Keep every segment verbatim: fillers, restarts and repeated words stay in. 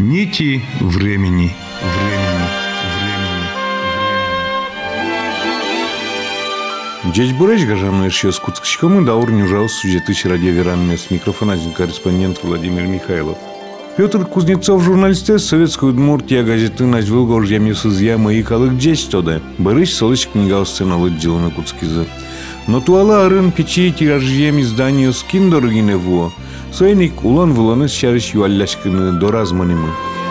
Нити времени. Времени. Времени. Здесь Бурэж Гажану еще с Куцкичком и Даур Нюжал сюжеты радио Веранме с микрофона один корреспондент Владимир Михайлов. Петр Кузнецов, журналисты Советскую Удмуртия газеты назвал горжьями сызья мои калык джесть тода. Барыш солыч книга сценалы джилы Куцкизы. Но туала арын печи тиражьем изданию скин дорогине во. Сойник улан выланы шарыш юалляшкины доразманимы.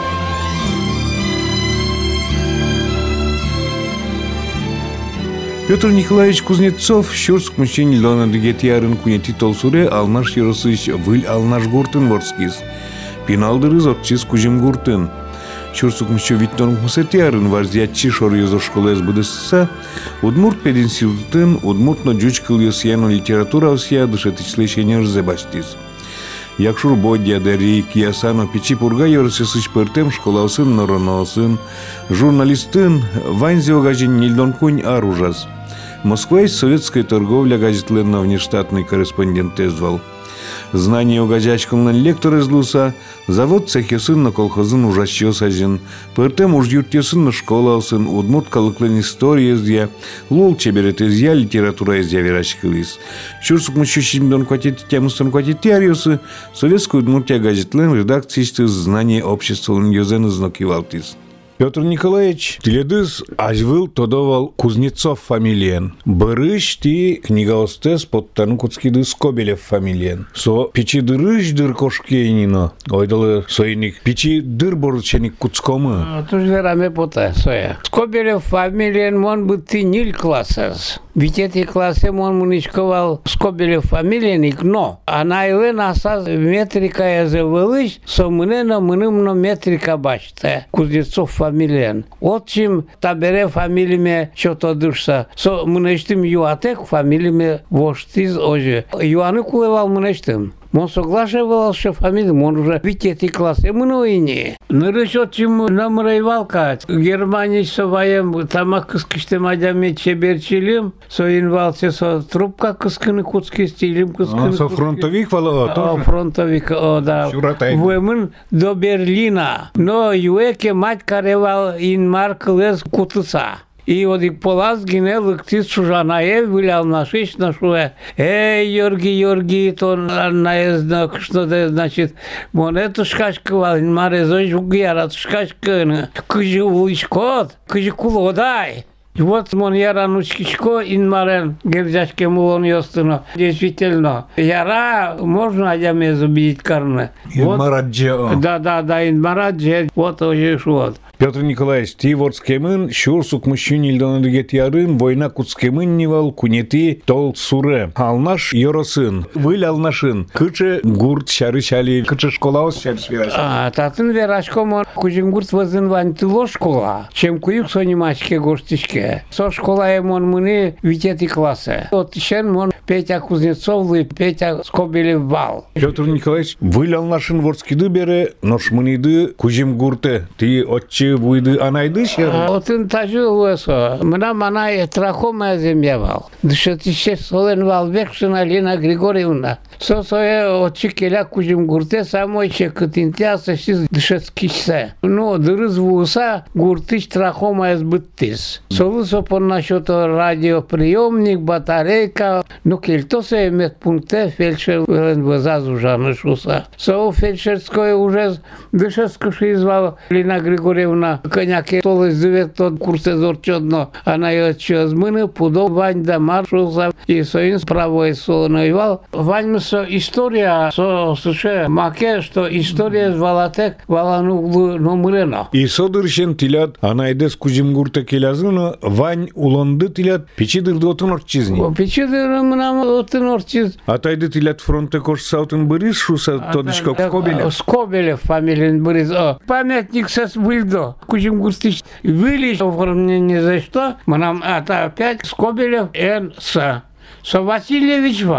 Петр Николаевич Кузнецов, Щурск мужчине лона дегетиарын кунети толсуре алнаш еросыш выль алнаш гуртын ворскиз. Пиналдырыз отчиз кужим гуртын. Щурск мужчо виттон мусетиарын варзиятчи шор езо школы сбыдысса, удмурт пединститутын, удмуртно джучкыл йосьяну литература осья дышетичлешение рзебаштиз. Якшур бодья дари киясано печи пурга еросысыш пыртем школасын нороносын, журналистын ванзио гажин нильдон кунь аружаз. Москва из советской торговля газетлен на внештатный корреспондент тезвал. Знание о газячкомнан лектор из Луса, завод цехесын на колхозын ужащё сажен, пыртем уж ютьесын на школасын, удмурт калыклен история изъя, лул чеберет изъя, литература изъя верачкылис. Щурсук мущущим дон кватит темустон кватит яриосы, советскую удмуртия газетлен редакциисты знание общества лньёзен изнокивалтис. Петр Николаевич Теледыз ажвыл тодовал Кузнецов фамилиен. Барыш ти книгаостес подтану Куцкиды Скобелев фамилиен. Со печи дырыш дыр кошкейнино. Ойдалы сойник печи дыр борченик Куцкомы. Туж вераме пота соя. Скобелев фамилиен мон бы ты ниль классес. Ведь эти классы мон муничковал Скобелев фамилиеник, но она и насаз метрика я завылыш, со мнено мнымно метрика бачте. Кузнецов фамилиен. Отчим табере фамилиями что-то дышса. Со мнештим юатек фамилиями воштиз оже. Юаны кулевал мнештим. Мон соглашивал, что фамилия, мон уже ведь эти классы мнойни. Нарышот чему намрайвалка. Германия соваем тамак кыскиштем адями чеберчилим, со инвалсе со трубка кыскыны куцки стилим кыскыны. Со фронтовик вало тоже. Фронтовик, о да. Вуемын до Берлина. Но юэке мать каревал инмарк лез кутыца. И вот и полаз гинел ктис шужанаев вилял на шесть на шуэ. Эй, Йорги, Йорги, то наездно, что это значит. Монету шкашковал, маре зож угьярат шкашкын. Кыжи уличкот, кыжи кулодай. И вот мон яра нучкичко инмарен гердяшке мулон йостыно. Действительно, яра можно адяме забить карне. Инмараджи. Да, да, да, инмараджи. Вот уже вот. Петр Николаевич, ти ворскемын, щурсук мужчине льдонадыгет ярын, война куцкемын невал, кунети тол суре. Алнаш йоросын, выль алнашын, кычы гурт шары-шали, кычы школаос шары-шали. А, татын верашко мон, кучим гурт вазын вантыло школа, чем куюк сонимачке горстичке. Со школа емон мыны витети классы. Вот шен мон Петя Кузнецов и Петя Скобелев вал. Петр Николаевич, выль алнашын ворскиды бере, нош мыныды кучим гурте, ти отчы буйды анайды шер? Отын тажыл весо. Мына манай трахомая земля вал. Дышатище солен вал векшина Алина Григорьевна. Со сое отчы келя кучим гурте самой че кытынтя сашиз дышаткишсе. Ну, дырыз вуса гуртыш трахомая сбыттис. Солы сопон насчет радиоприемник, батарейка. Ну, кельтосе медпункте фельдшер вазазу жанышуса. Со фельдшерское уже дышаткуши звал Алина Григорьевна. Коняки толы зовет тот курсе зорчодно. Она ее через мыны пудов Вань да маршулся и соин справой солоновал. Вань со история со суше маке, что история звалатек валану но мырено. И содыршен тилят, она идес кузимгурта келязына, Вань улонды тилят, печидыр дотын орчизни. Печидыр мынам отын орчиз. Атайды тилят фронте кош саутын бырис шуса тодышко Скобелев. Скобелев фамилиен бырис. Памятник сас выльдо. Кучим густыш вылез оформление за что? Нам это опять Скобелев Н.С. Со Васильевич вал.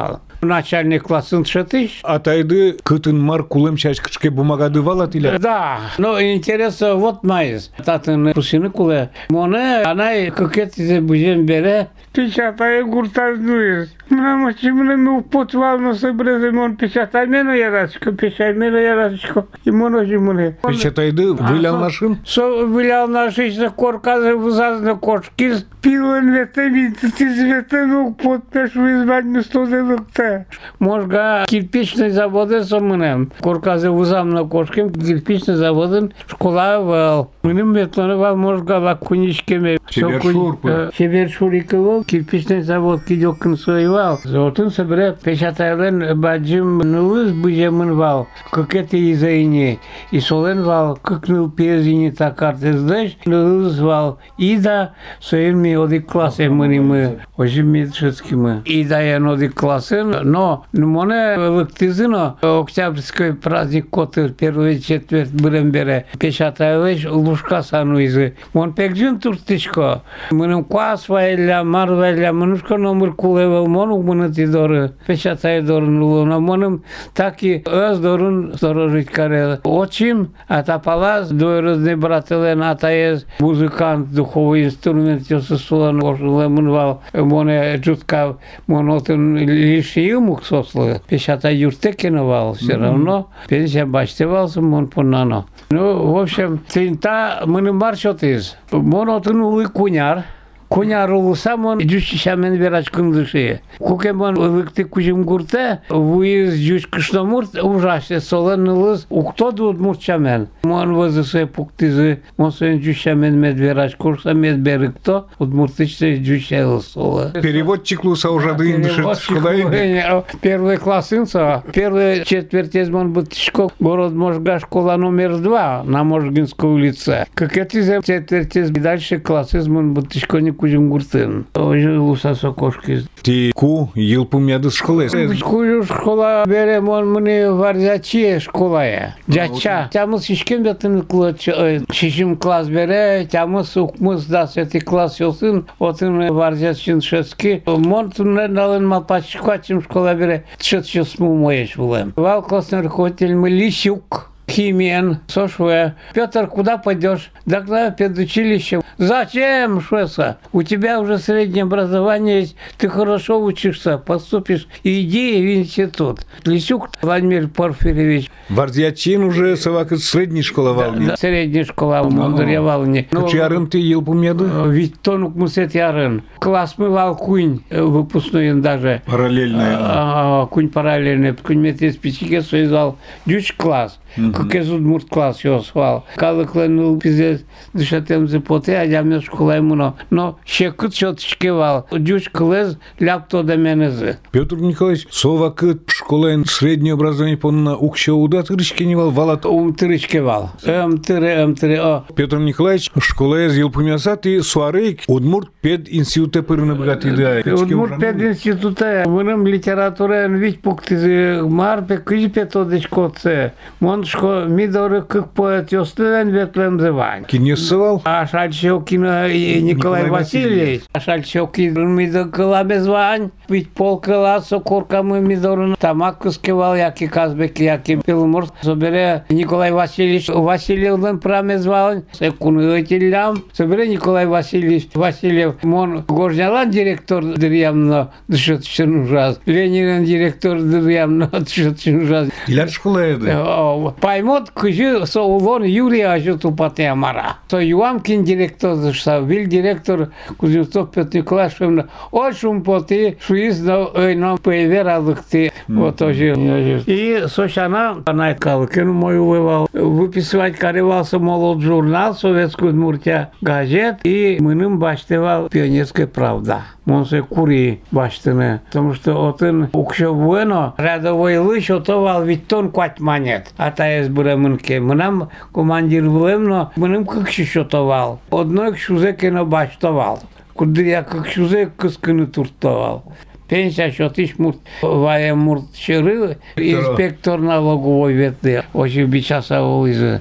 начальник классын шатыш. Атайды кытын мар кулем шашкычке бумагады валат или? Да, но интересно вот майыз. Татын пусины куле. Моне, она какие-то бузем бере. Печатая гуртазнуешь. Мама, чему мы потвал на собрезе, он печатай меня ярачко, печатай меня ярачко. И моно жимуне. Печатайды вылял нашим? Со вылял наши за корказы вызазны кошки. Пилон ветами, ты зветенук подпеш вызвать место зелукте. Можга кирпичный заводы сомынем. Корказы вызам на кошки, кирпичный заводы школа вел. Мынем ветланывал можга лакуничками. Севершурпы. Севершурикова, кирпичный завод кидёкын соевал. Золотын собере печатайлен баджим нылыз быжемын вал. Как это изайне. И солен вал, как ныл пезини такар тездеш, нылыз вал. Ида соен ми оди классе мыни мы, ожим медшицки мы. Ида ян оди классе, но моне лыктызыно, октябрьский праздник котыр, первый четверть бырем бере. Печатайлеш лушка сануизы. Мон пекджин туртичко. Мынım куас вайля, мар вайля, мынышко номер кулевел, мону мыны ти доры, печатай дорын улуна, мыным таки өз дорын сторожить карел. Очим, атапалаз, дуэрызны братылен атаез, музыкант, духовый инструмент, ёсы сулан, ошылы мынвал, моне джутка, монотын лишь юмук сослы, печатай юртекиновал, все равно, пенсия бачтевался, мон понано. Ну, в общем, тинта мыным барчотыз, монотын улы куняр, Куняр улусам он жушишамен верачкын дыши. Кукемон лыкты кужим гурте, вуиз жуш кыштомурт ужасе солен нылыз уктоду удмуртчамен. Мон возысе пуктызы, мон соен жушамен мед верач курса мед берыкто, удмуртычты жушел солы. Переводчик луса уже дышит школой. Первый класс инца, первый четверть из мон бытышко, город Можга, школа номер два на Можгинской улице. Как это за четверть из дальше класс из мон бытышко не кужим гуртын. Ожи луса сокошки. Ти ку йылпум яды школы. Кужу школа бере мон мыны варзячи школая. Джача. Тямыз шишкен бетін клач, шишим класс бере, тямыз укмыз да сети класс ёсын, отын варзячин шески. Мон туннен далын малпачквачим школа бере, тшет шесму моеш булем. Вал классный руководитель мы Лисюк. Химиен, Сошве. Петр, куда пойдешь? Тогда педучилище. Зачем, Швеса? У тебя уже среднее образование есть, ты хорошо учишься, поступишь, иди в институт. Лисюк Владимир Порфирьевич. Вардьячин уже совак средняя школа вални. Да, средняя школа в Мундыре вални. Чарен ты йылпум яды? Ведь тонук мусет ярен. Класс мы вал кунь выпускной даже. Параллельная. Кунь параллельный. Кунь метис пичике соизвал. Дюч класс. Как из удмурт класс его свал. Калыкленул пиздец дышатем запоте, а я мне школа ему но. Но щекут щеточки вал. Дюч клез ляпто до менезы. Петр Николаевич, совакыт школа среднее образование понна укша удат рычки не вал валат. Ум тырычки вал. Эм тыры, эм тыры, о. Петр Николаевич, школа из Елпумясат и суарейк удмурт пед институте пырны богатый да. Удмурт пед институте. Вынам литература ведь пуктизы марпе кызпе тодычкоце. Мон шко мидоры как поэт ёстылен ветлен зывань. Кинесывал? А Шальчокин Николай Васильевич. А Шальчокин мидор кылабе звань. Ведь пол класса коркамы мидорын тамак кыскевал, яки казбек, яки пилмурт. Собере Николай Васильевич Васильевлен праме звал. Секундылам. Собере Николай Васильевич Васильев. Мон горжалан директор дырьямно дышит ужас. Ленин директор дырьямно дышит ужас. Иляр школа это? Поймут, кыжи со улон Юрий ажут упате амара. Со Юамкин директор зашла, вил директор Кузнецов Петр Николаевич, очень поты, шуиз на ойном поевера лыкты. Вот тоже. И Сошана, она калкин мою вывал, выписывать каревался молод журнал Советскую Удмуртия газет, и мыным баштевал Пионерская правда. Монсе кури баштыны. Потому что отын укшо bueno, рядовой лыж отовал ведь тон квать монет. А та есть буремынке. Мынам командир булем, но мыным как шотовал. Одной кшузе кено баштовал. Куды я как шузе кыскыны туртовал. Пенсия шотиш мурт вая мурт шыры, инспектор налоговой веты. Очень бичаса улизы.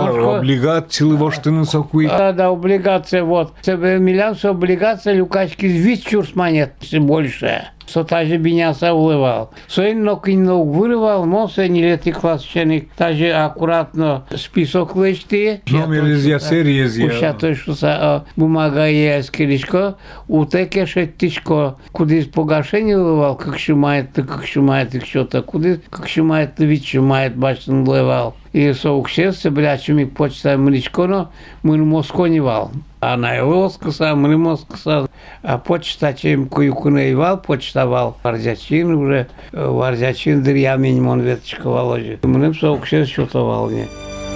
Я облигации воштыны сокуй. Да, да, облигация вот. Себе миллион облигация люкачки вид чурс монет больше. Со даже биняса уливал. Соин ног и ног вырывал, моса не лети классченик, даже аккуратно список лечти. Номер из я серии из я. Уша то, что са бумага есть киришко, у теке шеттишко, куда из погашения уливал, как шумает, как шумает, и что-то, куда, как шумает, вид шумает, башен уливал. И соукшество, блячими почта млечконо, мы москонивал. А на его сказал, мы москал, а почта чем куюкунеевал, почтовал. Варзячин уже, варзячин дырьямень мон веточка воложи. Мы соукшество что-то волне.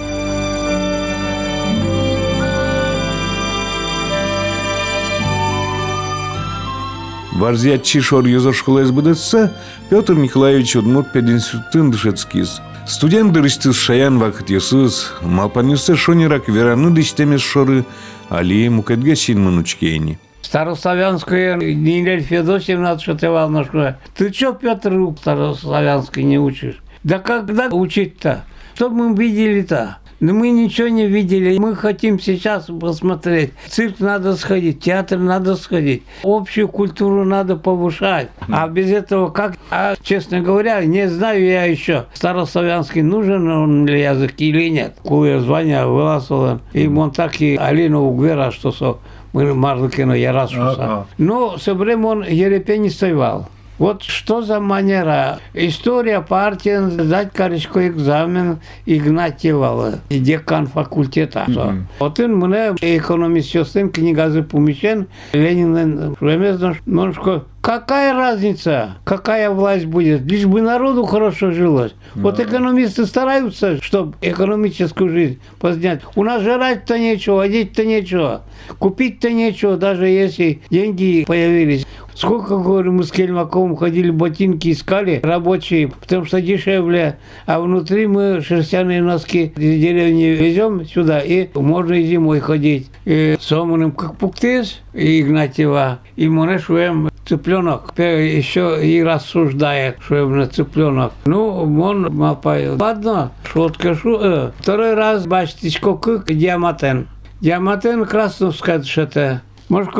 Варзячи шор юзор школа СБДЦ Петр Николаевич Удмурт пединститутын дышецкиз. Студент дырыштыз шаян вакыт юсыз, малпанюсы шонирак вераны дыштемес шоры, али мукетге шинмын учкейни. Старославянскую Нинель Федосевна отшатывал на школе. Ты что, Петр, старославянской не учишь? Да когда учить-то? Что мы видели-то? Но мы ничего не видели. Мы хотим сейчас посмотреть. В цирк надо сходить, в театр надо сходить. Общую культуру надо повышать. А без этого как? А, честно говоря, не знаю я еще, старославянский нужен он ли язык или нет. Кое звание вылазило. И он так и Алину Угвера, что со мы Марлыкину я раз что. Но со временем он Ерепень стоял. Вот что за манера. История партии, сдать корочку экзамен Игнатьевала, и декан факультета. Mm-hmm. Вот он мне экономист сестын книгазы помещен, Ленин, немножко. Какая разница, какая власть будет, лишь бы народу хорошо жилось. Да. Вот экономисты стараются, чтобы экономическую жизнь поднять. У нас жрать-то нечего, одеть-то нечего, купить-то нечего, даже если деньги появились. Сколько, говорю, мы с Кельмаковым ходили, ботинки искали рабочие, потому что дешевле, а внутри мы шерстяные носки из деревни везем сюда, и можно и зимой ходить. И соманым как пуктес, и Игнатьева, и монешуем цыпленок. Еще и рассуждает, что именно цыпленок. Ну, он мапает. Ладно, шутка, шу. Э. Второй раз, бачтичко, как диаматен. Диаматен красновская шата. Может,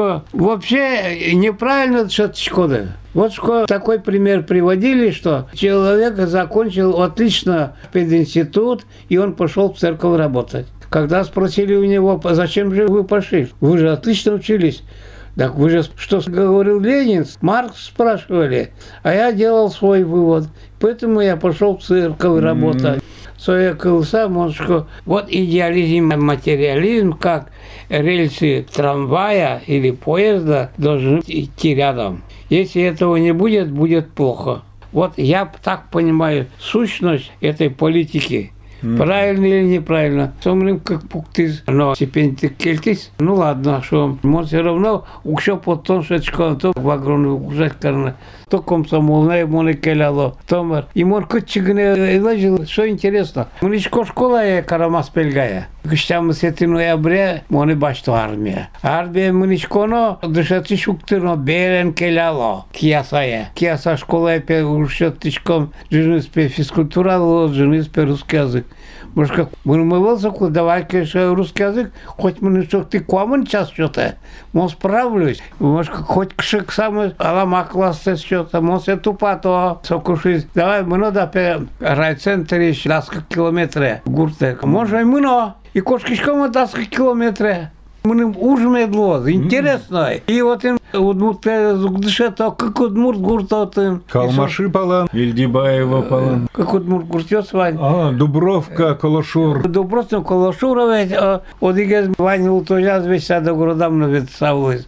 вообще неправильно шаточко. Вот что такой пример приводили, что человек закончил отлично пединститут, и он пошел в церковь работать. Когда спросили у него, зачем же вы пошли? Вы же отлично учились. Так вы же, что говорил Ленин, Маркс спрашивали, а я делал свой вывод. Поэтому я пошел в церковь работать. Своя колеса, может, вот идеализм, материализм, как рельсы трамвая или поезда должны идти рядом. Если этого не будет, будет плохо. Вот я так понимаю сущность этой политики. Mm. Правильно или неправильно? Сомрим как пуктис, но степень ты кельтис. Ну ладно, что он все равно укшо под то, что то в огромную ужас карна. То комсомольное моне келяло, томер. И мор кычыгне изложил, что интересно. Муничко школа я Карамас Пельгая. Кыштам сети ноябре моне башто армия. Армия муничконо дышати шуктырно берен келяло. Киясая. Кияса школа я ушет тычком жиныс пе физкультура, жиныс пе русский язык. Может, как мы умывался, давай, конечно, русский язык, хоть мы что ты куамын час что-то, мы справлюсь. Может, хоть кшик самый алама классы что-то, мы все тупато сокушить. Давай, мы надо по райцентре десять километров гурте. Может, и мы но, и кошкишком десять километров. Мы уж медло, интересно. И вот им удмурт дышето, как удмурт гуртотын. Калмаши палан, Вильдибаева палан. Как удмурт гуртет Вань. А, Дубровка, Колошур. Дубровка, Колошуровец, одигез Вань Лутожаз весь сада городам навецавлюсь.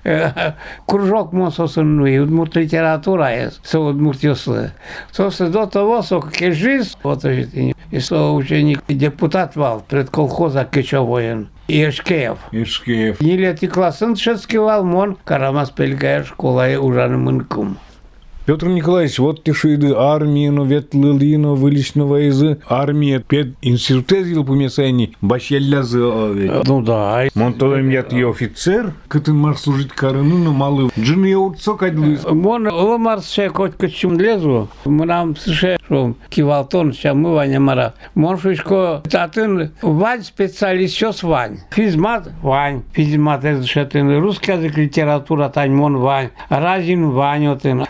Кружок мососын, и удмурт литература есть, со удмурт ёслы. Сосы до того, со как жизнь, вот и слово ученик, депутат вал, пред колхоза кичовоен. Ишкеев. Ишкеев. Нилети классын шескивал мон, Карамас Пельгая школа и ужаным инкум. Петр Николаевич, вот тишиды армии, но ветлылино, выличного из армии, пед институтезил помесайни, башеллязы овет. Ну да. Монтолем я ты офицер, катын мар служить карыну, но малый джин я урцок адлыз. Мон ломар се хоть качум лезу, мы нам слышали, что кивалтон, сейчас мы Ваня Мара. Мон шишко, татын Вань специалист, сейчас Вань. Физмат Вань, физмат это шатын, русский язык, литература, тань мон Вань, разин Вань отын. Давай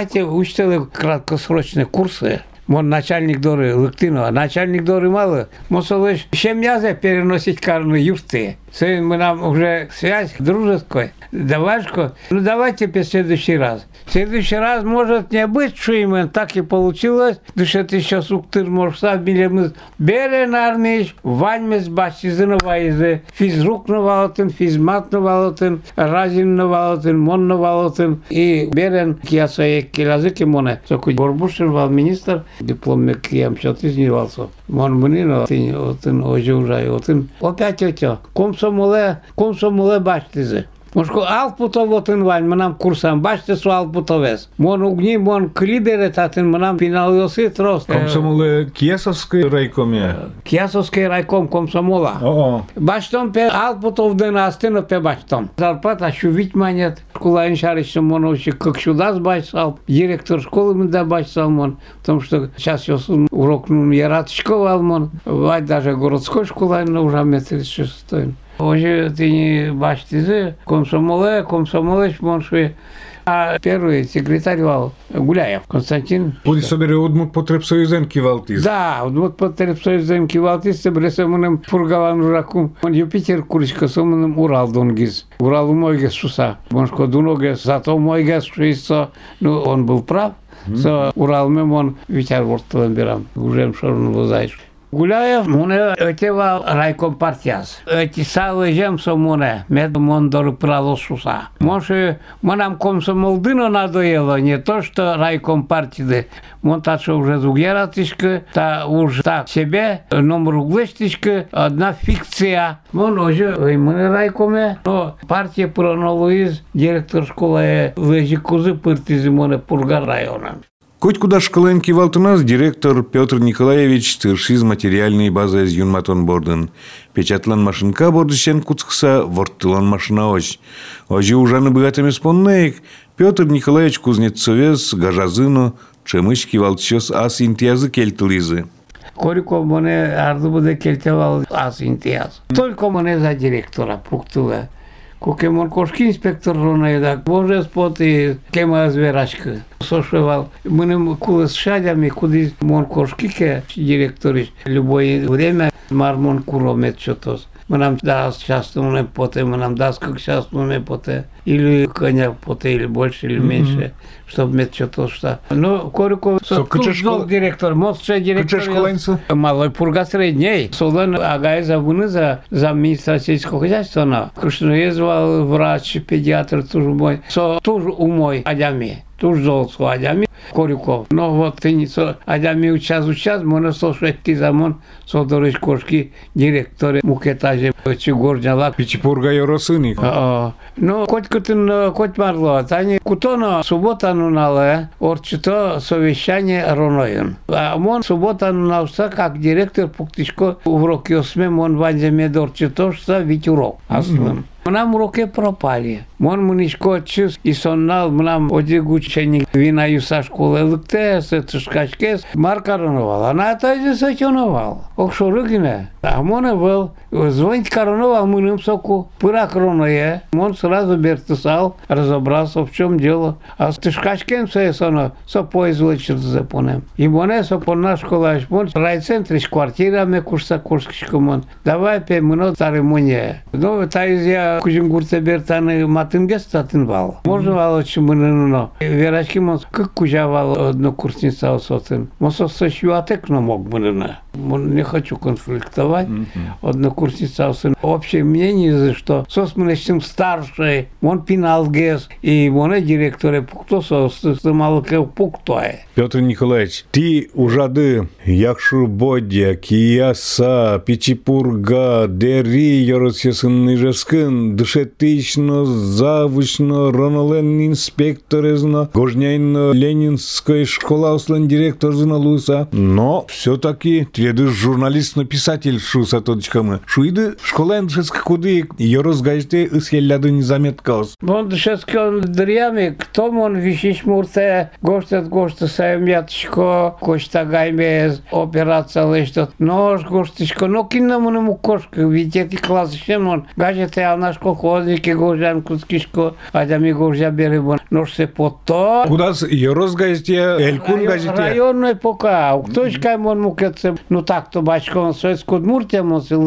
давайте учтели краткосрочные курсы. Мон начальник доры Лыктынова, начальник доры мало. Мосолыш щемязя переносить карны юрты. Мы нам уже связь дружеская. Давашко, ну давайте в следующий раз. В следующий раз может не быть, что именно так и получилось. Душа ты сейчас уктыр морса билемыз. Берен армейш, ваньмез башизына вайзы. Физрук навалотын, физмат навалотын, разин навалотын, мон навалотын. И берен кияса еккелазыки моне. Соку Горбушин вал министр. Диплом киям чотыз не валсо. Мон мынин отын, отын, ожи ужай, отын. Опять отё. Комсомоле, комсомоле баштизы. Мошко алпутов отын вань, манам курсам, баште су алпутовес. Мон угни, мон клибере татын, манам финалиосы трос. Комсомоле Киясовской райкоме? Киясовский райком комсомола. О-о. Баштом пе алпутов дынастыно пе баштом. Зарплата шувить манет. Школа иншарища мон вообще как сюда сбачсал. Директор школы мы добачсал мон. Потому что сейчас я урок ну яраточковал мон. Вать даже городской школа, но уже метр шестой. Оже ты не бачите, комсомоле, комсомолеш моншуе. А первый секретарь вал Гуляев Константин. Буди собере одмут потребсоюзенки валтиз. Да, одмут потребсоюзенки валтиз, собере самоnem пургалан журакум. Он Юпитер куричка самоnem Урал донгиз. Урал мойгес суса. Моншко дуногес, зато мойгес шуисо. Ну, он был прав. Со Урал мем он витяр вортален берам. Уже шорн возаешь. Гуляев, моне отева райком партияс. Эти салы жем со моне, мед мон дору прало суса. Може, манам комсомолдыно надоело, не то, что райком партии. Мон та, что уже зугератишка, та уж так себе, номер углештишка, одна фикция. Мон уже, мы райкоме, но партия пронолуиз, директор школы лежи кузы пыртизи моне Пургар района. Коть куда школенки валтунас директор Петр Николаевич тыршиз материальной базы из юнматон бордын. Печатлан машинка бордышен куцкса вортылан машина оч. Ожи ужаны богатыми споннейк Петр Николаевич Кузнецовец гажазыну чемышки валтчос ас интиязы кельтылизы. Корико моне арду буде кельтевал ас интияз. Только моне за директора пуктула. Коке мон кошки инспектор ронайда, боже споти кема зверачка. Сошевал. Мынем кулы с шадями, куди мон кошки ке директориш. Любое время мармон куромет чотос. Мы нам даст часто не поте, мы нам даст как часто не поте. Или коня поте, или больше, или меньше. Чтобы мет что-то что. Ну, корико, тут директор, мостче директор. школенца? Малой пурга средней. Солен агай забуны за за администрацийского хозяйства. На. Кушно ездил врач, педиатр тоже мой. Со тоже у мой адями. Туж зол с адями. Корюков. Но вот ты не со адями учас учас, можно слушать ты замон, со дорож кошки директоры мукетаже чугорняла. Пичипурга yorosыник. Ну, хоть кутын, хоть марло. Тани кутоно суббота нунале, орчито совещание роноин. А мон суббота нунался как директор пуктишко урок йосме, мон ванзе медорчито, что ведь урок. Аслым. Нам уроки пропали. Мон муничко чис и соннал нам одиг ученик вина юса школы лыктес, это шкачкес, Марка роновал. Она это и сочиновал. Ох, шо рыгине. А моне был, звонить короновал мыным соку, пырак роное. Мон сразу бертысал, разобрался, в чем дело. А с шкачкем все соно, со поизвлечил запонем. И моне со понна школа, мон райцентре с квартирами курса курскичко мон. Давай пе мно церемония. Ну, та из я кужим гурце бертаны матынгес татынвал. Можно вало чумыныно. Верачки мон как кужавал однокурсница осотын. Мосо сочуватек но мог мыныно. Не хочу конфликтовать. Однокурсница осотын. Общее мнение, что сосмынечным старший, он пинал гес, и моне директоре пукто состымалке пуктое. Петр Николаевич, ты ужады якшу бодя, кияса, Пичипурга, дери, yorosyeсын нижескын, дышетично, завучно, ронолен инспекторезно, гожняйно, ленинской школа услан директор зналуса. Но все-таки тведы журналист-написатель шуса точками. Шуиды школа дышеска куды, yorosгайжде ысхелляды незаметкаос. Он дышеска он дрями, кто мон вишиш мурте, гоштет гошта саемятчко, кошта гаймез, операция лештот, нож гоштичко, но киннамунему кошка, ведь эти классы чем он, гаджеты, а наш колхозники, гожан, Шурскишко, Адами Горжа Беребон, Норсе Пото. Куда с Йорос газете, Элькун газете? Районной пока. Ktoś kaj on mógł, no tak, to baćko, Sowiecką Udmurtię,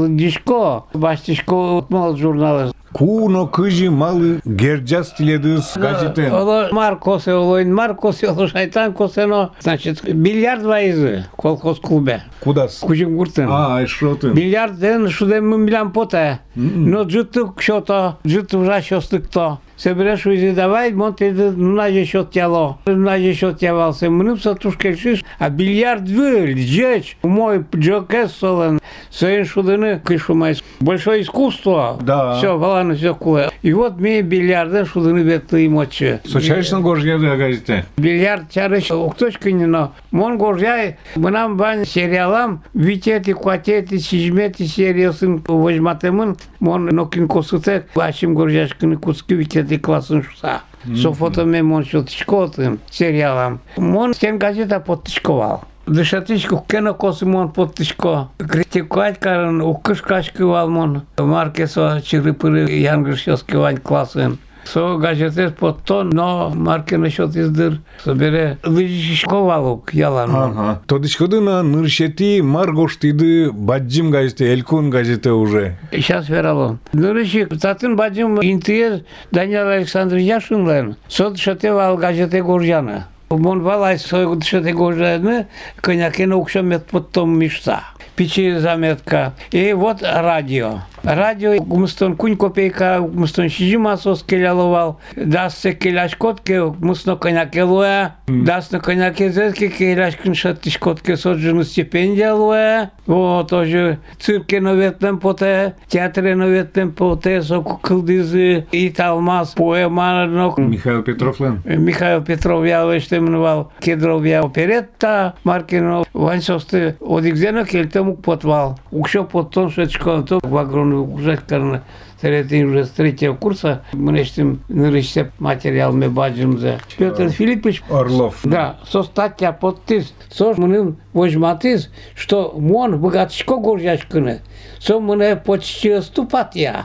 Дишко, Баштишко, мал журналист. Куно кыжи малы герджас тиледыс газетен. Оло Маркосе, олоин Маркосе, оло шайтан косено. Значит, бильярд вайзы, колхоз клубе. Кудас? Кужим гуртын. А, шротын. Бильярд ден, шудем мы милям поте. Но джуту кшото, джуту вжа шостыкто. Соберешь уйди, давай, монте, наже счет тяло. Наже счет тявался. Мным сатушка шиш, а бильярд выль, джеч. Мой джокес солен. Своим шудыны кышу майс. Большое искусство. Да. Все, валано, все куле. И вот мне бильярден шудыны бетлы и мочи. Сочайшно горжья газете. Бильярд чарыш, кто-то не но. Мон горжай, мы нам бань сериалам, витети, кватети, сижмети, сериосын, возьматемын, мон нокин косуте, вашим горжашкины куски витети классын шуса. Со фотоме мон шотичкотым сериалам. Мон стен газета подтичковал. Дышатичку кено косы мон подтичко. Критикувать каран, укышкашкивал мон. Маркесо чирыпыры янгыршёский вань классын. Со газетес под тон, но марке насчет издыр собере лыжишковалук ялан. Ага. Тодичкоды на ныршети маргоштиды баджим газете, Элькун газете уже. Сейчас вералон. Нырыши, татын баджим интерес Даниил Александрович Яшинлен. Сот шатевал газете Горжана. Мон валай свой шате Горжаны, коньякен укшамет потом мишца. Печи заметка. И вот радио. Радио гумстон кунь копейка, гумстон шижима сос келяловал. Дасце келяш котке, гумстон коняке луя. Дасно коняке зетке, келяш куншатти шкотке соджину стипендия луя. Вот тоже цирке новетлем поте, театре новетлем поте, соку кылдызы, и талмаз, поэма, но... Михаил Петровлен. Михаил Петров я выштемнувал, Кедров я оперетта, Маркино, Ваньсосты, одигзено кельтему подвал. Укшо потом шечко, то в огромный уже, карна, среди уже с третьего курса, мы решим, нарисуем материал, мы баджим за. Петр Филиппович Орлов. Да, со статья подтис, со мы возьматис, что мон богатышко горжачкыны, со мы почти ступатья.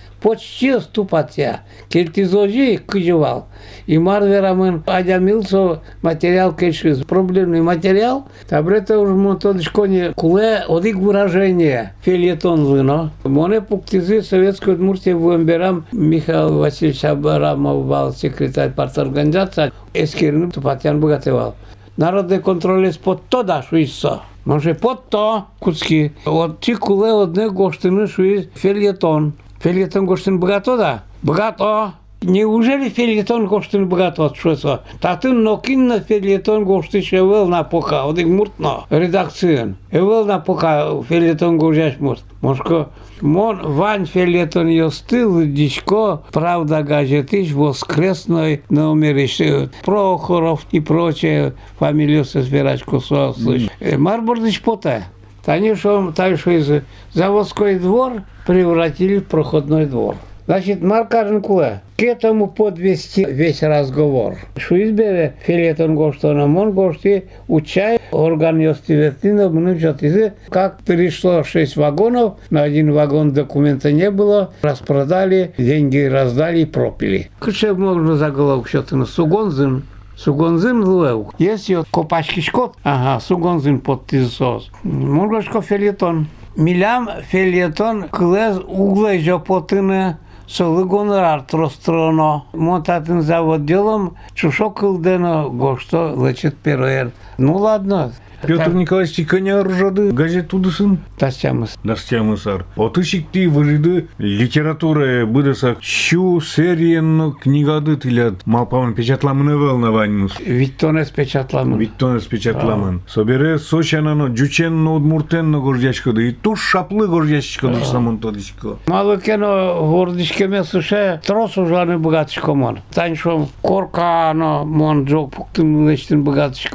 Почти ступатья. Кельтизожи кыжевал. И марверамен адямился материал кельшиз. Проблемный материал. Табрета уж монтодышко не куле одик выражение. Фельетон зыно. Моне пуктизы Советской Удмуртии в Эмберам Михаил Васильевич Абарамов был секретарь парторганизации. Эскерным ступатьян богатевал. Народный контроль под то да шуисо. Може под то куски. Вот ти куле одне гоштыны шуиз фельетон. Фельетон гоштын богато, да? Богато. Неужели фельетон гоштын богато? Что? Татын нокин на фельетон гоштын шевел на пока. Одик муртно. Редакцион. Эвел на пока фельетон гожаш мурт. Мошко, мон вань фельетон ёстыл, дичко, правда газетыш, воскресной номериш, Прохоров и прочее, фамилию собирачку слышь. Марбордыч пота. Танишом, так из заводской двор превратили в проходной двор. Значит, Маркарин куле. К этому подвести весь разговор. Шуизбере филетон гоштона мон гошти учай орган ёстивертина мнучатизы. Как перешло шесть вагонов, на один вагон документа не было, распродали, деньги раздали и пропили. Кше можно заголовок что-то сугонзин. Сугонзин луэу. Есть вот копачки шкот. Ага, сугонзин под тизсос. Мургошко филетон. Милям филетон клез угле жопотыны. Солыгоныр артростроно. Монтатын завод делом, чушок кылдено, гошто лечит пероер. Ну ладно. Петр Николаевич Тиканя ржады газету сын. Тастямыз. Тастямызар. Отышикти выжиды литература быдасак щу сериенно книгады тилят. Мапамын печатламын эвел на ваньмус. Виттонес печатламын. Виттонес печатламын. Собере сочанано джученно удмуртенно горжачкады. И туш шаплы горжачкады самон тодичко. Малыкено гордичкеме суше трос ужаны богатышко мон. Таньшом коркано мон джок пуктын лечтин богатышко.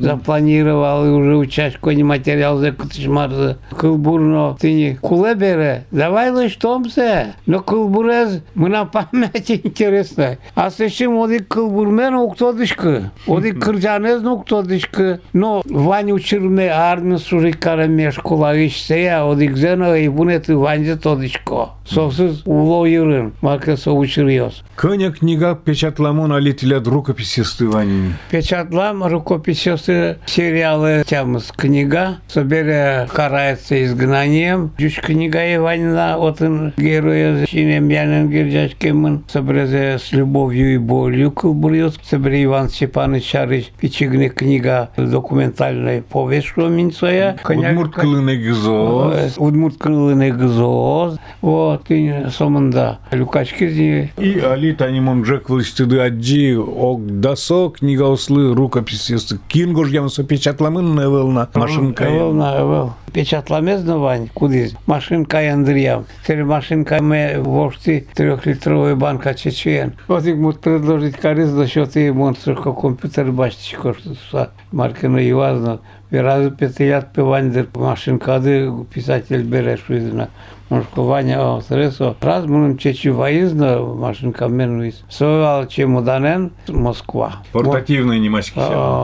запланировал и уже участь какой-нибудь материал за кутышмарзы. Кылбурно, ты не кулебере, давай лишь томсе. Но кылбурез, мы на памяти интересно. А сещем оди кылбурмен уктодышкы. Оди кырджанез уктодышкы. Но Вань учирме армию служить карамеш кулавишсея, оди гзено и бунеты Ваньзе тодышко. Совсыз уло юрын, маркаса учирьёс. Коня книга печатламон алитилят рукописи стыванини. Печатлам рукописи сериалы тямс книга. Собере карается изгнанием. Жуч книга Иванина от героя Чинем Янен Гирджачкемын. Собере с любовью и болью кылбурьёс. Собере Иван Степанович Шарыч Пичигне книга документальная повесть Роминцоя. Удмурт кылыны гызоз. Удмурт кылыны гызоз. Вот, и сомында. Люкачки. И али танимом Джек Властыды Аджи ок дасо книга ослы рукописи кингош ямсо печатламын невелна машинка. Невелна, невел. Печатламез Вань, кудиз. Машинка и Андреям. Теперь машинка мы вошти трехлитровая банка чечен. Вот их могут предложить корыс за счет и монстров компьютер бачечко, что маркину и важно. Разу пятилят пивандер машинка, писатель берешь видно. Может, Ваня, о, средство. Раз мы чечи воизна машинка менуис. Совал чемоданен Москва. Портативные немачки.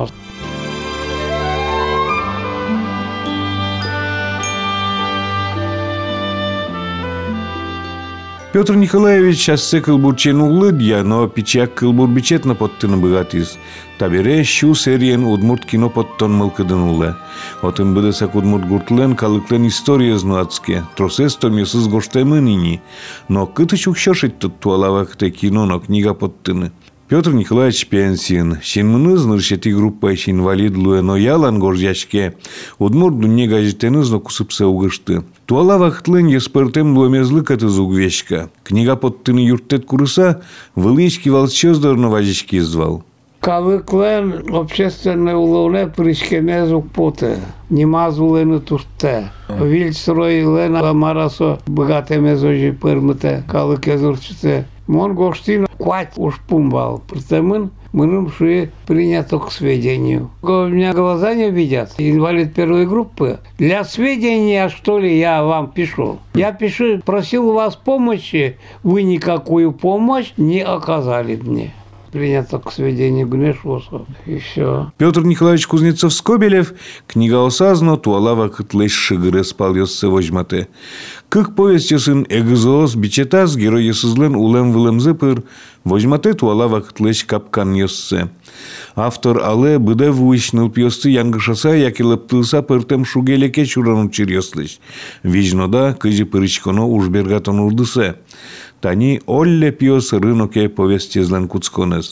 Петр Николаевич ассе кылбурчен углы дия, но пичак кылбур бичетна поттыны быгатиз. Табере шу сериен удмурт кино поттон мылкыдын улы. Отын быдысак удмурт гуртлен калыклен история знуацке. Тросес томьесыз гоштаймынини. Но кыты чукшошить тут туалава кыте кино, но книга поттыны. Петр Николаевич пенсиен. Шинмыны зныршети группа иш инвалид луэно ялан горжячке. Удмурт дунне газетені зно кусыпсе угышты. Туала вахтлен еспертем луэмезлы каты зугвешка. Книга поттыны юрттет курыса вылычки волчездорно вазички звал. Калыклен общественное уловне пришкене зукпоте. Немазулен турте. Вильстрой лена марасо богатые мезожи пермете. Калыке зурчите. Мон гоштин квать уж пумбал. Притемын мыным ши принято к сведению. У меня глаза не видят. Инвалид первой группы. Для сведения, что ли, я вам пишу. Я пишу, просил у вас помощи. Вы никакую помощь не оказали мне. Принято к сведению Гнешвосов. И все. Петр Николаевич Кузнецов-Скобелев, книга осазно, туалава кытлеш шыгыры спал ёссы возьмате. Кык повесть ёсын эгзоос бичетас, герой ёсызлен улем вылем зыпыр, возьмате туалава кытлеш капкан ёссы. Автор але быде вуичныл пьёсты янгышаса, яки лыптылса пыртем шугелеке чурану чирьёслыш. Вижнода кыжи пырычконо ужбергатон урдысе. Тани олле пьёс рыноке повести злен куцконес.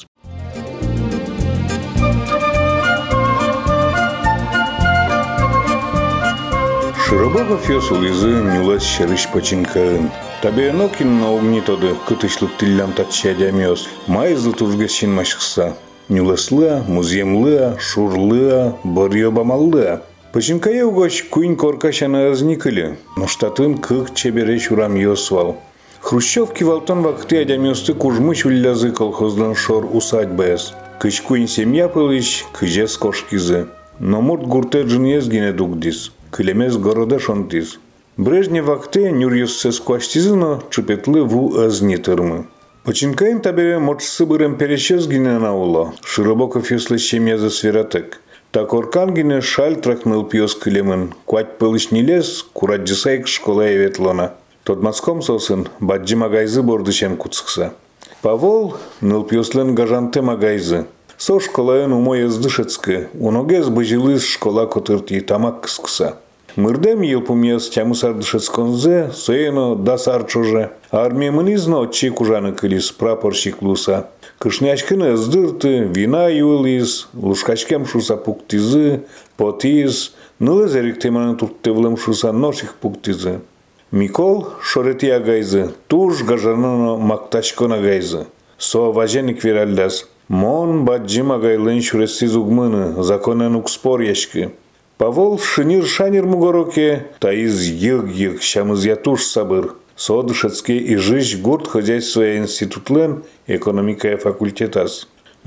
Широбогов ёс улизы нюлас шерыш починкаын. Табе нокин на огнитоды кытышлык тиллям татчадям ёс. Майзлы тужгесшин машықса. Нюласлыа, муземлыа, шурлыа, борьёбамаллыа. Починкае угоч куин коркашана азникыли. Но штатын кык чебереш урам ёсвал. Хрущев кивалтон вакты адямёсты кужмыч уллязы колхоздан шор усадьбэс. Кычкуин семья пылыш, кыжес кошкизы. Но мурт гурте джиньез гине дугдис. Кылемес города шонтиз. Брежне вакты нюрьёссе скваштизыно чупетлы ву азнитырмы. Починкаин табе мочсы бырем перещез гине наула. Широбоков ёслы семьязы свератек. Так оркан гине шаль тракныл пьёс кылемын. Куать пылыш не лез, кураджисайк школа эветлона. Тот маском сосын баджи магайзы бордышен куцкса. Павол ныл пьёслен гажанте магайзы. Со школаен умой ездышецке, уногез быжилыз школа котырти тамак кыскса. Мырдем елпум ез тямысардышецконзе, соено дасарчоже. Армия мынизно отчи кужаны кылис прапорщик луса. Кышняшкыны эздырты, вина юылиз, лушкачкем шуса пуктизы, потиз, нылы зериктеманы турттевлым шуса ноших пуктизы. Микол шорети агайзы, туж гажаныно мактачкон агайзы. Со важеник веральдас. Мон баджим агайлын шуресиз угмыны, законен укспор яшки. Павол шинир шанир мугороке, таиз йыг-йыг шамыз ятуш сабыр. Со дышецке и жиж гурт хозяйство институтлен экономикая факультетас.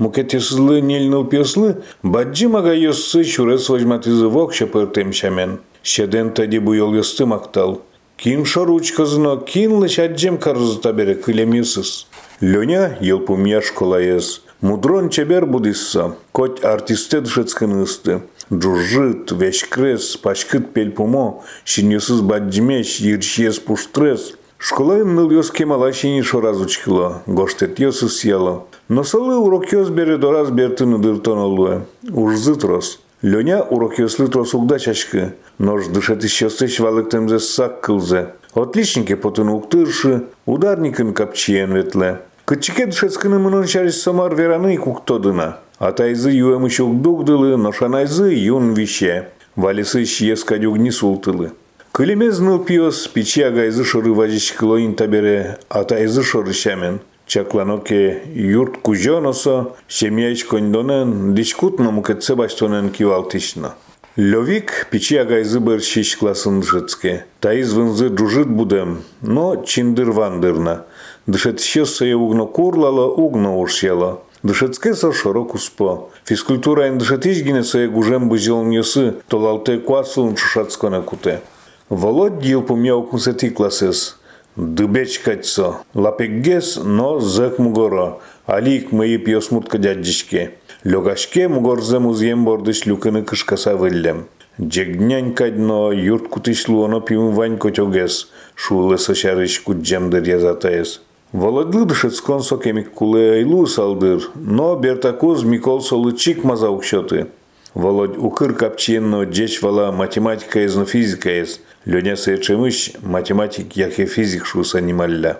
Мукетесызлы нельныл пьеслы, баджи мага йоссы чурес возьматызы вокша пыртемшамен. Щеден тади буйол йосты мактал. Кин шоручказыно, кин лыш аджем карзыта бере кылемисыз. Лёня елпумья школаез. Мудрон чебер будисса, коть артисте дышецкынысты. Джужит, вешкрес, пашкыт пельпумо, шиньосыз баджмеш, ерчиез пуштрес. Школаен ныл йос кемала шини шоразучкило, гоштет йосыз съело. Но салы урок йос бере дораз бертыны дыртонолуе. Уж зытрос. Лёня урок йослы трос угда чашкы, нож дышет ищёстыш валыктемзе сак кылзе. Отличники потын уктыршы, ударникын капчиен ветле. Кычике дышецкыны мынын чарис самар вераны куктодына. Атайзы юэм ещё угдугдылы, но шанайзы юн вище. Валисы щиес кадюгни султылы. Кылемез ныл пиос, пичи агайзы шоры вазичкылоин табере, атайзы шоры щамен. Чакланоке юрт кужоносо, семьяич кондонен, дичкутно мукетсе баштонен кивалтишно. Лёвик пичи агайзы бэр щищ класын дышецке. Таиз вынзы джужит будем, но чиндыр-вандырна. Дышетщёсо е угно курлало, угно ушьело. Дышецке со широку спо. Физкультура ен дышетишгине со е гужем бызел ньосы, толалте куасылын чушацконе куте. Володь елпумя укмусети класес. Дыбечкатьсо. Лапекгес, но зэк мугоро. Алик мои пьёсмутка дядjичке. Лёгашке мугорзе музьем бордыш люкыны кышкаса выллем. Джегнянькадьно юрт кутышлуоно пивым вань котёгес. Шулы сошарыш куджемдыр язатаес. Володлы дышецкон со кемик куле айлу салдыр, но бертакуз Микол солычик маза укшёты. Володь укыр капчиенно джеч вала математика езно физика ез. Лёня сечемыш математик яке физик шус анималля.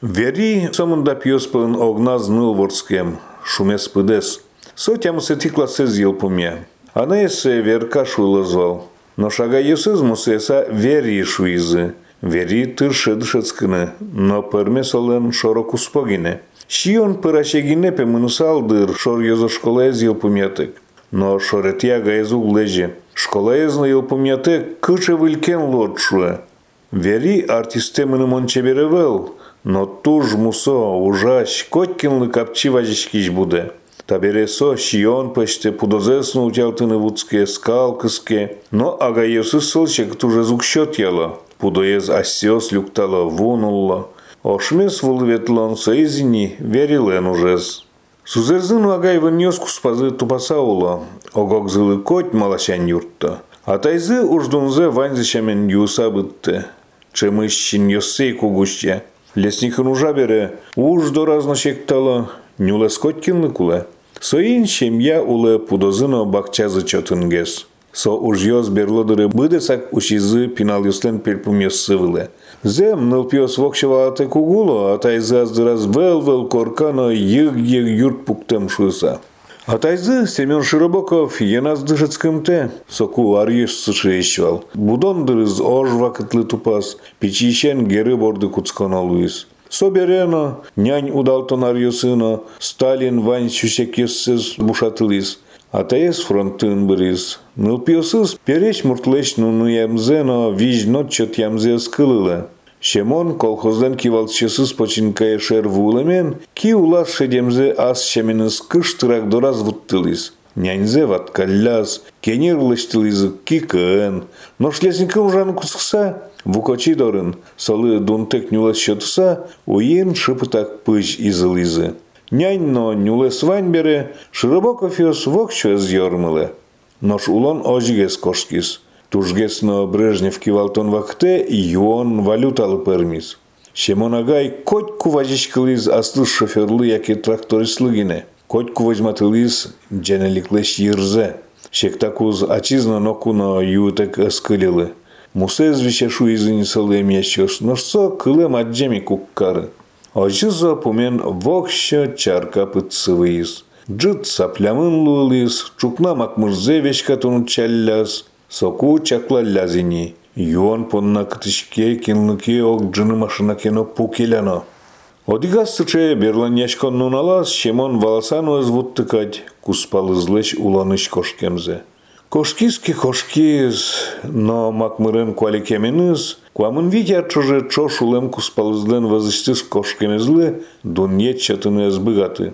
Вери сомында пьёспын огназ ныл ворскем, шумес пыдес. Сотям сети класses елпумя. Она есе верка шула звал. Но шага есыз мусеса вери шуизы. Вери тырше дышецкыны, но пырме солен шороку спогине. Шион пырашегине пе мынысалдыр шор йозо школа ез елпумятык. Но шоретьяга ез углеже. Школа езно елпумятык кыче вылькен лодшуе. Вери артистемыны мончеберевел, но туж мусо ужаш коткинлы капчи вазишкиш буде. Табересо шион пеште пудозесно утялтыны вудске скалкыске, но агайосы сылчек туже зукшот яла. Пудоез асёс люктало вунуло. Ошмес вулветлон соизини верилен ужез. Сузерзыну агайвын нёс куспазы тупасауло. Огок зылы коть малашан юртто. Атайзы уждунзе ванзышамен юса бытты. Чемыщин йоссей кугуще. Лесникын ужа бере уж доразно шектало. Нюлес коткинлы куле. Соин семья уле пудозыно бакчазы чотынгес. Со уж йос берлодыры быдесак ушизы пинал юстен пельпум йоссывыле. Зем ныл пьёс вокшевалате кугуло, атайзы аздыраз вел-вел коркано йыг-йыг юрт пуктем шуса. Атайзы Семен Широбоков еназ дышецкымте, соку арьеш сышеищвал. Будондырыз ож вакытлы тупас, пичищен геры борды куцконо луис. Соберено, нянь удалтон арьосыно, Сталин вань чусек йоссыз бушатылис. Атаес фронтын бырыз. Ныл пьёсыз переч муртлеш нуну ямзено виж нотчот ямзе скылылы. Шемон колхозден кивалтчысыз починкае шер вулемен, ки улас шедемзе ас шеменыз кыштырак дораз вуттылыз. Няньзе ваткалляз, кенер лыштылызы кикын. Но шлесникым жан кускса, вукочи дорын, солы дунтек нюлес шотса, уин шыпытак пыч изылызы. Няньно нюлес вань бере, Широбоков йос вокчо эз йормылы. Нош улон ожигес кошкис. Тужгесно Брежнев кивалтон вахте, юон валюталы пермис. Шемон агай котьку вазишкылыз асты шоферлы яке тракторислыгине. Котьку возьматылыз дженеликлеш йырзе. Шектакуз ачизно нокуно ютек эскылилы. Мусез вишешу изынисалы эмьящос, ношсо кылем аджеми куккары. Ожизо пумен вокщо чарка пытсывыйыз. Джыт саплямын луылыз, чукна макмырзе вешкатун чалляз. Соку чакла лязини. Юон понна кытышке кинлыки ок джыны машина кено пукеляно. Одигас сыче берланьяшкон нуналаз, Шемон валасану эзвуттыкать, куспалызлеш уланыш кошкемзе. Кошкизки кошкиз, но макмырен куаликеменыз, куамын витя чоже чош улем куспалызлен вазыштыз кошкемезлы, дуньет чатыны эзбыгаты.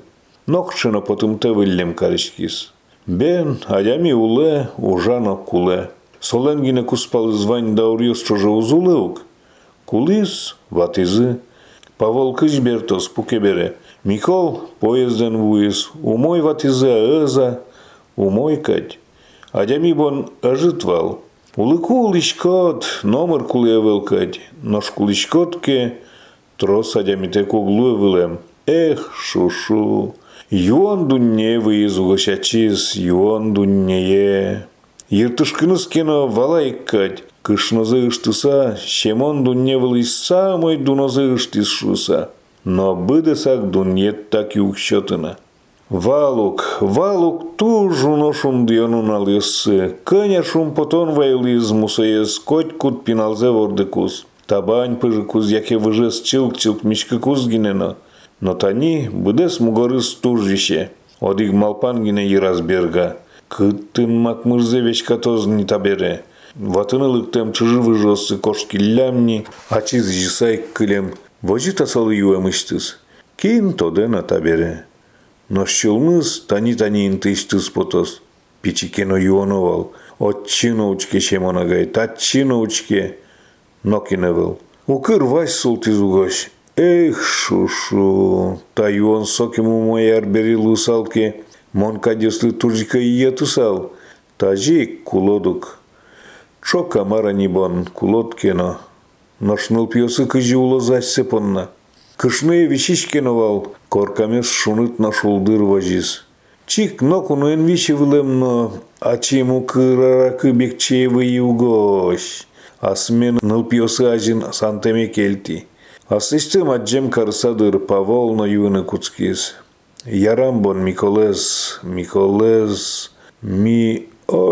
Нокшено потом те выллем карышкис. Бен, адями уле, ужано куле. Соленгине куспал звань даурьёс чоже узулеук. Кулис, ватизы. Павол кыжбертос пукебере. Микол поезден вуис. Умой ватизы аэза. Умой кать. Адями бон ажитвал. Улыку улышкот, номер кулевел кать. Нош кулышкотке трос адями теку глуевелем. Эх, шушу. Юан дунне выезу гощачиз, юан дуннее. Ертышкыныз кено валайкать. Кышнозы ыштыса, шемон дунне вылыз самой дунозы ыштыз шуса. Но быдысак дуннет так и укщетына. Валук, валук тужу ношун дионун алысы. Кыня шум потон вайлыз мусаез коть кут пиналзе вордыкус. Табань пыжыкуз яке выжес чилк-чилк мишкыкуз гинено. Но тани быдес мугорыз тужище. Одиг малпан гине иразберга. Кыттын макмырзе вечкатоз не табере. Ватынылыктем чыжы выжосы кошки лямни, ачиз жисай кылем. Вожит асалы юэмыштыз. Кейін тодена табере. Но щелмыз тани-тани интыштыз потос. Пичикено юоновал. Отчино учке шемонагай, татчино учке. Нокиневел. Укыр вайс султыз угош. Эх, шушу. Та юон сокему мояр бери лусалке. Мон кадеслы туржика ие тусал. Тажи кулодук. Чо камара нибон кулодкено. Ношнул пьосы кыжи улозась сепонна. Кышные вишишкеновал. Коркамес шуныт нашулдыр важиз. Чик нокунуен виши вылемно. Ачему кыраракы бекчеевы югош. Асмен ныл пьосы ажин сантеме кельти. Асыстым аджем карсадыр павол на юны куцкиз. Ярамбон Миколез, Миколез, ми...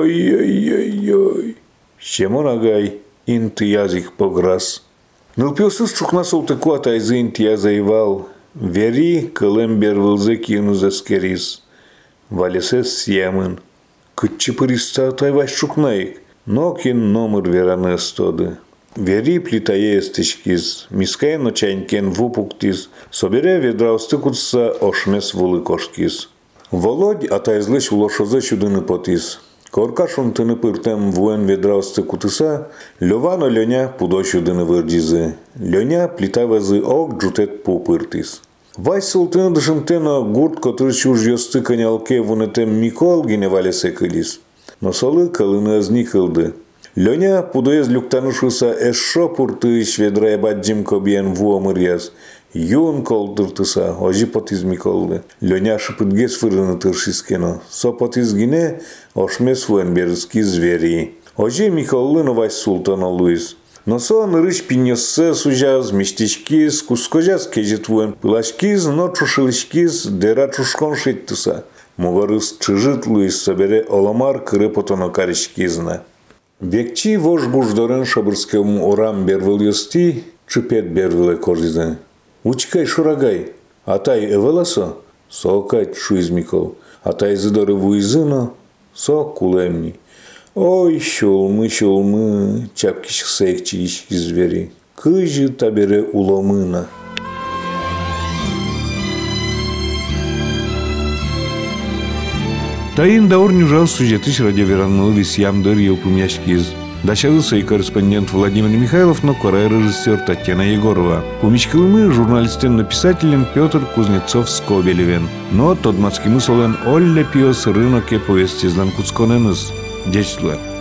Ой-ой-ой-ой. Шемон агай, инты язык пограс. Нылпиосыз чукнасыл тыку атайзы инты язайвал. Вери кылем бервылзы кину заскериз. Валесес сьямын. Кытчы пыриста атайваш чукнайык. Нокин номер веранес тоды. Вери плитае эстышкиз, мискай ночанькен вупуктиз, собере ведраусты кутса ошмес вулы кошкиз. Володь атайзлыш улошозы чудыны потиз. Коркашун тыны пыртем вуэн ведраусты кутыса, Лёвано Лёня пудо чудыны вырдизы. Лёня плитавазы ок джутет пупыртиз. Вайсыл тыны дышымтено гурт котыр чуж ёсты канялке вунетем Микол гине валесе кылиз. Но солы калыны азни кылды. Лёня пудоез люктанышуса эшо пуртыш ведрая баджим кобиен вуомырьяз. Юн колдыртыса, ожи потиз Миколды. Лёня шыпытгес фырыны тыршискено. Со потиз гине ошмес вуэн берзки звери. Ожи Миколлы новась султана луиз. Но со нырыш пиньёссе сужаз, миштичкиз, кускожаз кежит вуэн пылашкиз, но чушылышкиз, дера чушкон шиттыса. Мугарыз чыжыт луиз собере оламар кыры потоно карышкизна. Векчи вож гуждорен шабырскем орам бервыл ёсти, чупет бервыле корзизе. Учкай шурагай, атай эвеласо, сокать шуиз Микол, атай зыдоры вуизыно, со кулемни. Ой, щулмы, щулмы, чапкиш сейкчи ишки звери, кыжи табере уломына. Тайын даур нюжал сюжетыш радиоверанныл висьямдыр елпумяшкиз. Дачалысы и корреспондент Владимир Михайлов, но корай режиссер Татьяна Егорова. Пумичкылымы журналистен-написателен Петр Кузнецов-Скобелевен. Но тодмацкимы солен Олля пиос рыноке повестизлан куцконеныз. Дечтлер.